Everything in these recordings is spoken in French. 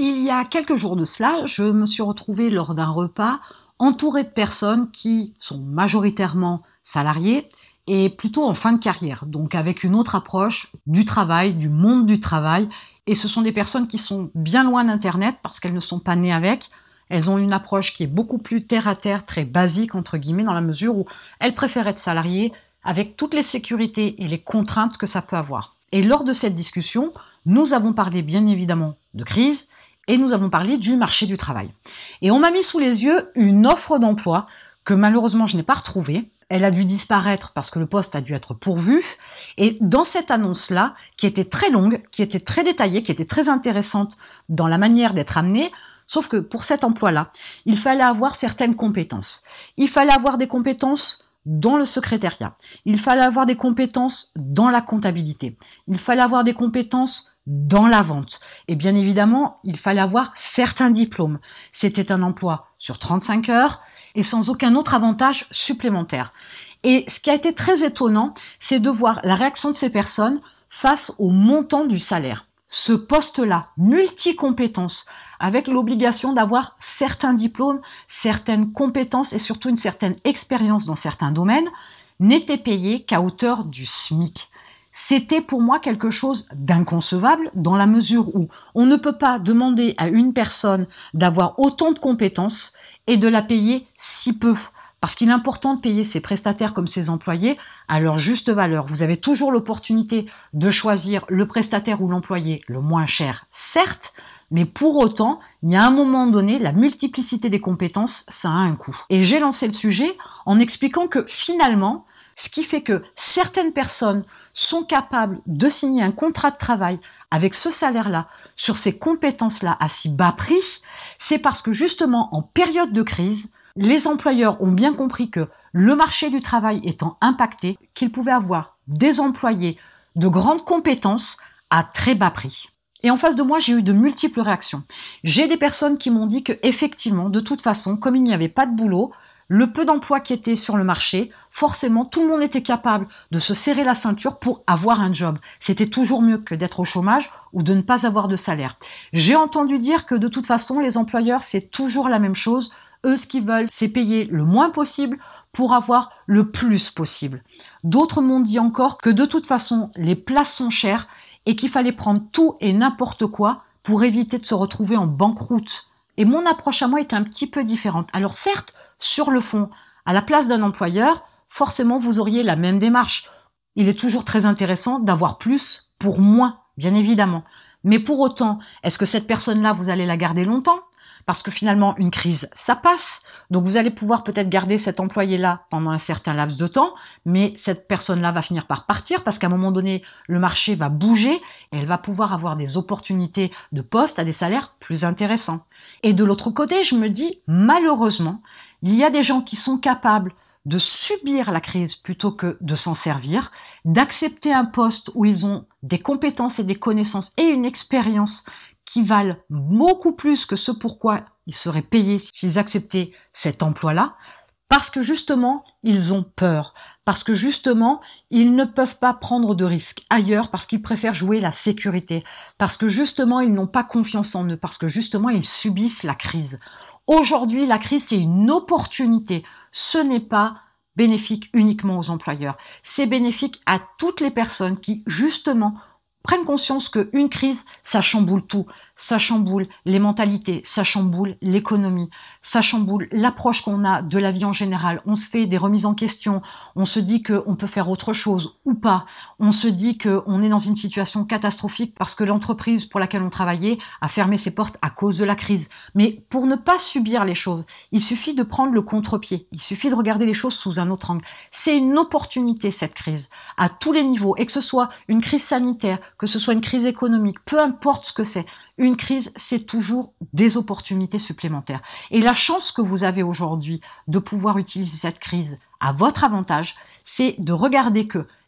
Il y a quelques jours de cela, je me suis retrouvée lors d'un repas entourée de personnes qui sont majoritairement salariées et plutôt en fin de carrière, donc avec une autre approche du travail, du monde du travail. Et ce sont des personnes qui sont bien loin d'Internet parce qu'elles ne sont pas nées avec. Elles ont une approche qui est beaucoup plus terre-à-terre, très basique, entre guillemets, dans la mesure où elles préfèrent être salariées avec toutes les sécurités et les contraintes que ça peut avoir. Et lors de cette discussion, nous avons parlé bien évidemment de crise et nous avons parlé du marché du travail. Et on m'a mis sous les yeux une offre d'emploi que malheureusement je n'ai pas retrouvée. Elle a dû disparaître parce que le poste a dû être pourvu. Et dans cette annonce-là, qui était très longue, qui était très détaillée, qui était très intéressante dans la manière d'être amenée, sauf que pour cet emploi-là, il fallait avoir certaines compétences. Il fallait avoir des compétences dans le secrétariat. Il fallait avoir des compétences dans la comptabilité. Il fallait avoir des compétences dans la vente. Et bien évidemment, il fallait avoir certains diplômes. C'était un emploi sur 35 heures et sans aucun autre avantage supplémentaire. Et ce qui a été très étonnant, c'est de voir la réaction de ces personnes face au montant du salaire. Ce poste-là, multi-compétences, avec l'obligation d'avoir certains diplômes, certaines compétences et surtout une certaine expérience dans certains domaines, n'était payé qu'à hauteur du SMIC. C'était pour moi quelque chose d'inconcevable dans la mesure où on ne peut pas demander à une personne d'avoir autant de compétences et de la payer si peu. Parce qu'il est important de payer ses prestataires comme ses employés à leur juste valeur. Vous avez toujours l'opportunité de choisir le prestataire ou l'employé le moins cher, certes, mais pour autant, il y a un moment donné, la multiplicité des compétences, ça a un coût. Et j'ai lancé le sujet en expliquant que finalement, ce qui fait que certaines personnes sont capables de signer un contrat de travail avec ce salaire-là, sur ces compétences-là à si bas prix, c'est parce que justement, en période de crise, les employeurs ont bien compris que le marché du travail étant impacté, qu'ils pouvaient avoir des employés de grandes compétences à très bas prix. Et en face de moi, j'ai eu de multiples réactions. J'ai des personnes qui m'ont dit que effectivement, de toute façon, comme il n'y avait pas de boulot, le peu d'emplois qui étaient sur le marché, forcément, tout le monde était capable de se serrer la ceinture pour avoir un job. C'était toujours mieux que d'être au chômage ou de ne pas avoir de salaire. J'ai entendu dire que de toute façon, les employeurs, c'est toujours la même chose. Eux, ce qu'ils veulent, c'est payer le moins possible pour avoir le plus possible. D'autres m'ont dit encore que de toute façon, les places sont chères et qu'il fallait prendre tout et n'importe quoi pour éviter de se retrouver en banqueroute. Et mon approche à moi était un petit peu différente. Alors certes, sur le fond, à la place d'un employeur, forcément vous auriez la même démarche. Il est toujours très intéressant d'avoir plus pour moins, bien évidemment. Mais pour autant, est-ce que cette personne-là, vous allez la garder longtemps ? Parce que finalement, une crise, ça passe. Donc vous allez pouvoir peut-être garder cet employé-là pendant un certain laps de temps, mais cette personne-là va finir par partir parce qu'à un moment donné, le marché va bouger et elle va pouvoir avoir des opportunités de poste à des salaires plus intéressants. Et de l'autre côté, je me dis, malheureusement, il y a des gens qui sont capables de subir la crise plutôt que de s'en servir, d'accepter un poste où ils ont des compétences et des connaissances et une expérience qui valent beaucoup plus que ce pourquoi ils seraient payés s'ils acceptaient cet emploi-là, parce que justement, ils ont peur, parce que justement, ils ne peuvent pas prendre de risques ailleurs, parce qu'ils préfèrent jouer la sécurité, parce que justement, ils n'ont pas confiance en eux, parce que justement, ils subissent la crise. Aujourd'hui, la crise, c'est une opportunité. Ce n'est pas bénéfique uniquement aux employeurs. C'est bénéfique à toutes les personnes qui, justement, prennent conscience qu'une crise, ça chamboule tout. Ça chamboule les mentalités, ça chamboule l'économie, ça chamboule l'approche qu'on a de la vie en général. On se fait des remises en question, on se dit qu'on peut faire autre chose ou pas. On se dit qu'on est dans une situation catastrophique parce que l'entreprise pour laquelle on travaillait a fermé ses portes à cause de la crise. Mais pour ne pas subir les choses, il suffit de prendre le contre-pied. Il suffit de regarder les choses sous un autre angle. C'est une opportunité, cette crise, à tous les niveaux, et que ce soit une crise sanitaire, que ce soit une crise économique, peu importe ce que c'est. Une crise, c'est toujours des opportunités supplémentaires. Et la chance que vous avez aujourd'hui de pouvoir utiliser cette crise à votre avantage, c'est de regarder que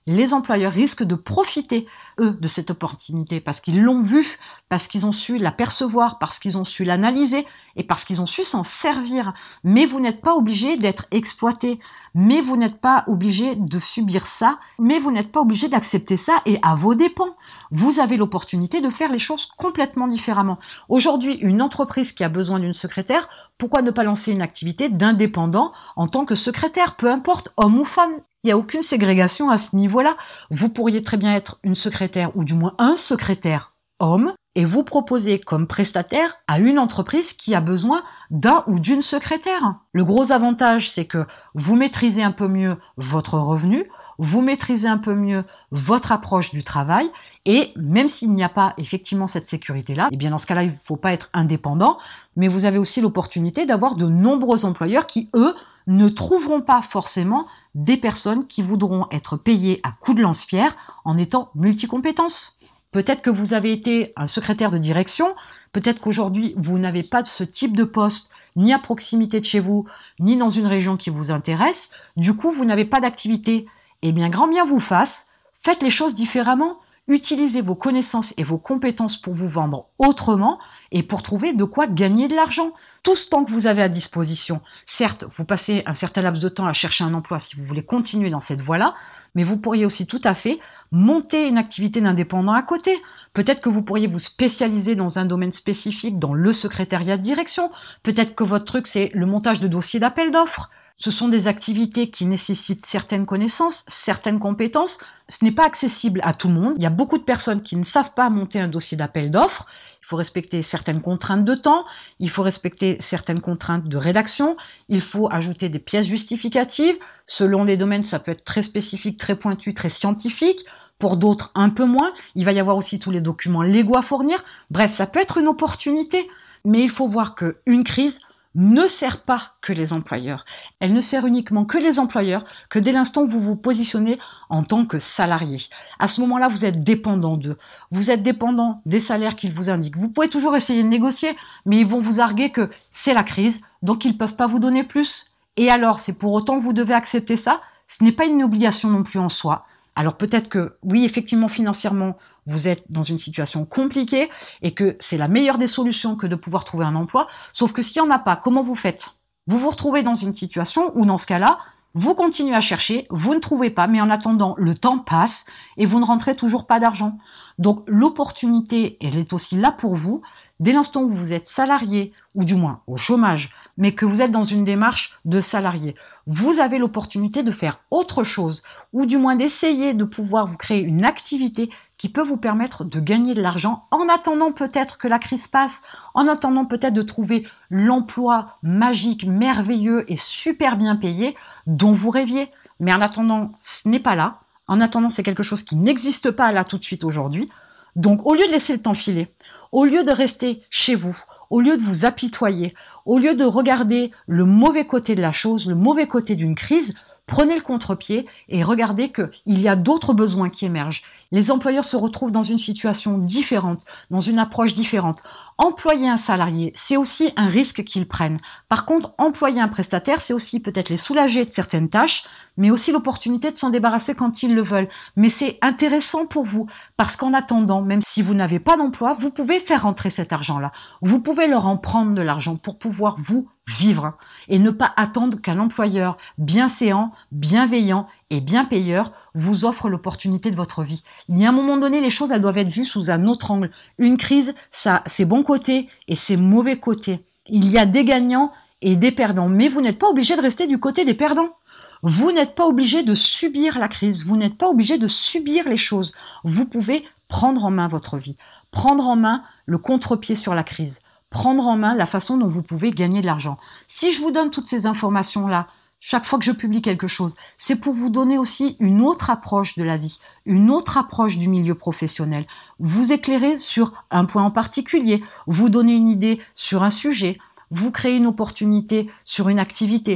les employeurs risquent de profiter, eux, de cette opportunité parce qu'ils l'ont vue, parce qu'ils ont su la percevoir, parce qu'ils ont su l'analyser et parce qu'ils ont su s'en servir. Mais vous n'êtes pas obligé d'être exploité, mais vous n'êtes pas obligé de subir ça, mais vous n'êtes pas obligé d'accepter ça et à vos dépens. Vous avez l'opportunité de faire les choses complètement différemment. Aujourd'hui, une entreprise qui a besoin d'une secrétaire, pourquoi ne pas lancer une activité d'indépendant en tant que secrétaire, peu importe, homme ou femme? Il n'y a aucune ségrégation à ce niveau-là. Vous pourriez très bien être une secrétaire ou du moins un secrétaire homme et vous proposer comme prestataire à une entreprise qui a besoin d'un ou d'une secrétaire. Le gros avantage, c'est que vous maîtrisez un peu mieux votre revenu, vous maîtrisez un peu mieux votre approche du travail et même s'il n'y a pas effectivement cette sécurité-là, eh bien dans ce cas-là, il ne faut pas être indépendant, mais vous avez aussi l'opportunité d'avoir de nombreux employeurs qui, eux, ne trouveront pas forcément des personnes qui voudront être payées à coups de lance-pierre en étant multicompétences. Peut-être que vous avez été un secrétaire de direction, peut-être qu'aujourd'hui vous n'avez pas ce type de poste ni à proximité de chez vous, ni dans une région qui vous intéresse, du coup vous n'avez pas d'activité. Eh bien, grand bien vous fasse, faites les choses différemment. Utilisez vos connaissances et vos compétences pour vous vendre autrement et pour trouver de quoi gagner de l'argent. Tout ce temps que vous avez à disposition. Certes, vous passez un certain laps de temps à chercher un emploi si vous voulez continuer dans cette voie-là, mais vous pourriez aussi tout à fait monter une activité d'indépendant à côté. Peut-être que vous pourriez vous spécialiser dans un domaine spécifique, dans le secrétariat de direction. Peut-être que votre truc, c'est le montage de dossiers d'appel d'offres. Ce sont des activités qui nécessitent certaines connaissances, certaines compétences. Ce n'est pas accessible à tout le monde. Il y a beaucoup de personnes qui ne savent pas monter un dossier d'appel d'offres. Il faut respecter certaines contraintes de temps, il faut respecter certaines contraintes de rédaction, il faut ajouter des pièces justificatives. Selon des domaines, ça peut être très spécifique, très pointu, très scientifique. Pour d'autres, un peu moins. Il va y avoir aussi tous les documents légaux à fournir. Bref, ça peut être une opportunité. Mais il faut voir qu'une crise ne sert pas que les employeurs. Elle ne sert uniquement que les employeurs, que dès l'instant où vous vous positionnez en tant que salarié. À ce moment-là, vous êtes dépendant d'eux. Vous êtes dépendant des salaires qu'ils vous indiquent. Vous pouvez toujours essayer de négocier, mais ils vont vous arguer que c'est la crise, donc ils ne peuvent pas vous donner plus. Et alors, c'est pour autant que vous devez accepter ça? Ce n'est pas une obligation non plus en soi. Alors peut-être que, oui, effectivement, financièrement, vous êtes dans une situation compliquée et que c'est la meilleure des solutions que de pouvoir trouver un emploi. Sauf que s'il n'y en a pas, comment vous faites? Vous vous retrouvez dans une situation où, dans ce cas-là, vous continuez à chercher, vous ne trouvez pas, mais en attendant, le temps passe et vous ne rentrez toujours pas d'argent. Donc l'opportunité, elle est aussi là pour vous. Dès l'instant où vous êtes salarié, ou du moins au chômage, mais que vous êtes dans une démarche de salarié, vous avez l'opportunité de faire autre chose, ou du moins d'essayer de pouvoir vous créer une activité qui peut vous permettre de gagner de l'argent en attendant peut-être que la crise passe, en attendant peut-être de trouver l'emploi magique, merveilleux et super bien payé dont vous rêviez. Mais en attendant, ce n'est pas là. En attendant, c'est quelque chose qui n'existe pas là tout de suite aujourd'hui. Donc, au lieu de laisser le temps filer, au lieu de rester chez vous, au lieu de vous apitoyer, au lieu de regarder le mauvais côté de la chose, le mauvais côté d'une crise, prenez le contre-pied et regardez qu'il y a d'autres besoins qui émergent. Les employeurs se retrouvent dans une situation différente, dans une approche différente. Employer un salarié, c'est aussi un risque qu'ils prennent. Par contre, employer un prestataire, c'est aussi peut-être les soulager de certaines tâches, mais aussi l'opportunité de s'en débarrasser quand ils le veulent. Mais c'est intéressant pour vous, parce qu'en attendant, même si vous n'avez pas d'emploi, vous pouvez faire rentrer cet argent-là. Vous pouvez leur en prendre de l'argent pour pouvoir vous vivre et ne pas attendre qu'un employeur bienséant, bienveillant et bien payeur vous offre l'opportunité de votre vie. Il y a un moment donné, les choses, elles doivent être vues sous un autre angle. Une crise, ça, c'est bons côtés et c'est mauvais côtés. Il y a des gagnants et des perdants, mais vous n'êtes pas obligé de rester du côté des perdants. Vous n'êtes pas obligé de subir la crise, vous n'êtes pas obligé de subir les choses. Vous pouvez prendre en main votre vie, prendre en main le contre-pied sur la crise, prendre en main la façon dont vous pouvez gagner de l'argent. Si je vous donne toutes ces informations-là, chaque fois que je publie quelque chose, c'est pour vous donner aussi une autre approche de la vie, une autre approche du milieu professionnel. Vous éclairer sur un point en particulier, vous donner une idée sur un sujet, vous créer une opportunité sur une activité.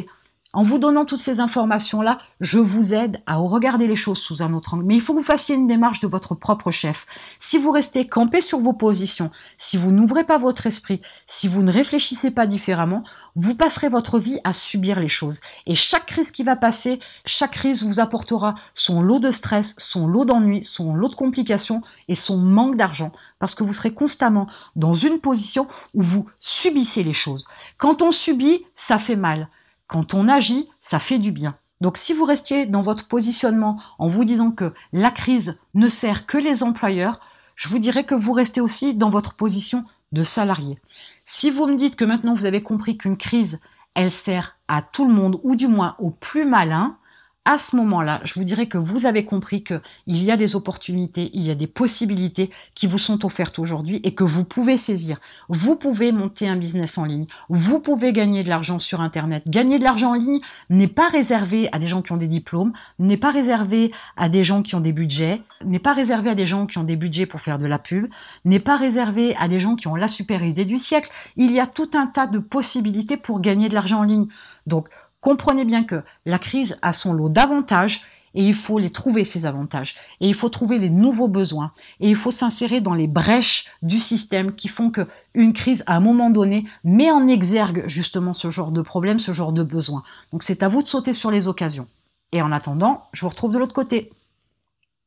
En vous donnant toutes ces informations-là, je vous aide à regarder les choses sous un autre angle. Mais il faut que vous fassiez une démarche de votre propre chef. Si vous restez campé sur vos positions, si vous n'ouvrez pas votre esprit, si vous ne réfléchissez pas différemment, vous passerez votre vie à subir les choses. Et chaque crise qui va passer, chaque crise vous apportera son lot de stress, son lot d'ennuis, son lot de complications et son manque d'argent. Parce que vous serez constamment dans une position où vous subissez les choses. Quand on subit, ça fait mal. Quand on agit, ça fait du bien. Donc si vous restiez dans votre positionnement en vous disant que la crise ne sert que les employeurs, je vous dirais que vous restez aussi dans votre position de salarié. Si vous me dites que maintenant vous avez compris qu'une crise, elle sert à tout le monde, ou du moins aux plus malins, à ce moment-là, je vous dirais que vous avez compris qu'il y a des opportunités, il y a des possibilités qui vous sont offertes aujourd'hui et que vous pouvez saisir. Vous pouvez monter un business en ligne, vous pouvez gagner de l'argent sur Internet. Gagner de l'argent en ligne n'est pas réservé à des gens qui ont des diplômes, n'est pas réservé à des gens qui ont des budgets, n'est pas réservé à des gens qui ont des budgets pour faire de la pub, n'est pas réservé à des gens qui ont la super idée du siècle. Il y a tout un tas de possibilités pour gagner de l'argent en ligne. Donc, comprenez bien que la crise a son lot d'avantages et il faut les trouver, ces avantages. Et il faut trouver les nouveaux besoins. Et il faut s'insérer dans les brèches du système qui font que une crise, à un moment donné, met en exergue justement ce genre de problème, ce genre de besoin. Donc c'est à vous de sauter sur les occasions. Et en attendant, je vous retrouve de l'autre côté.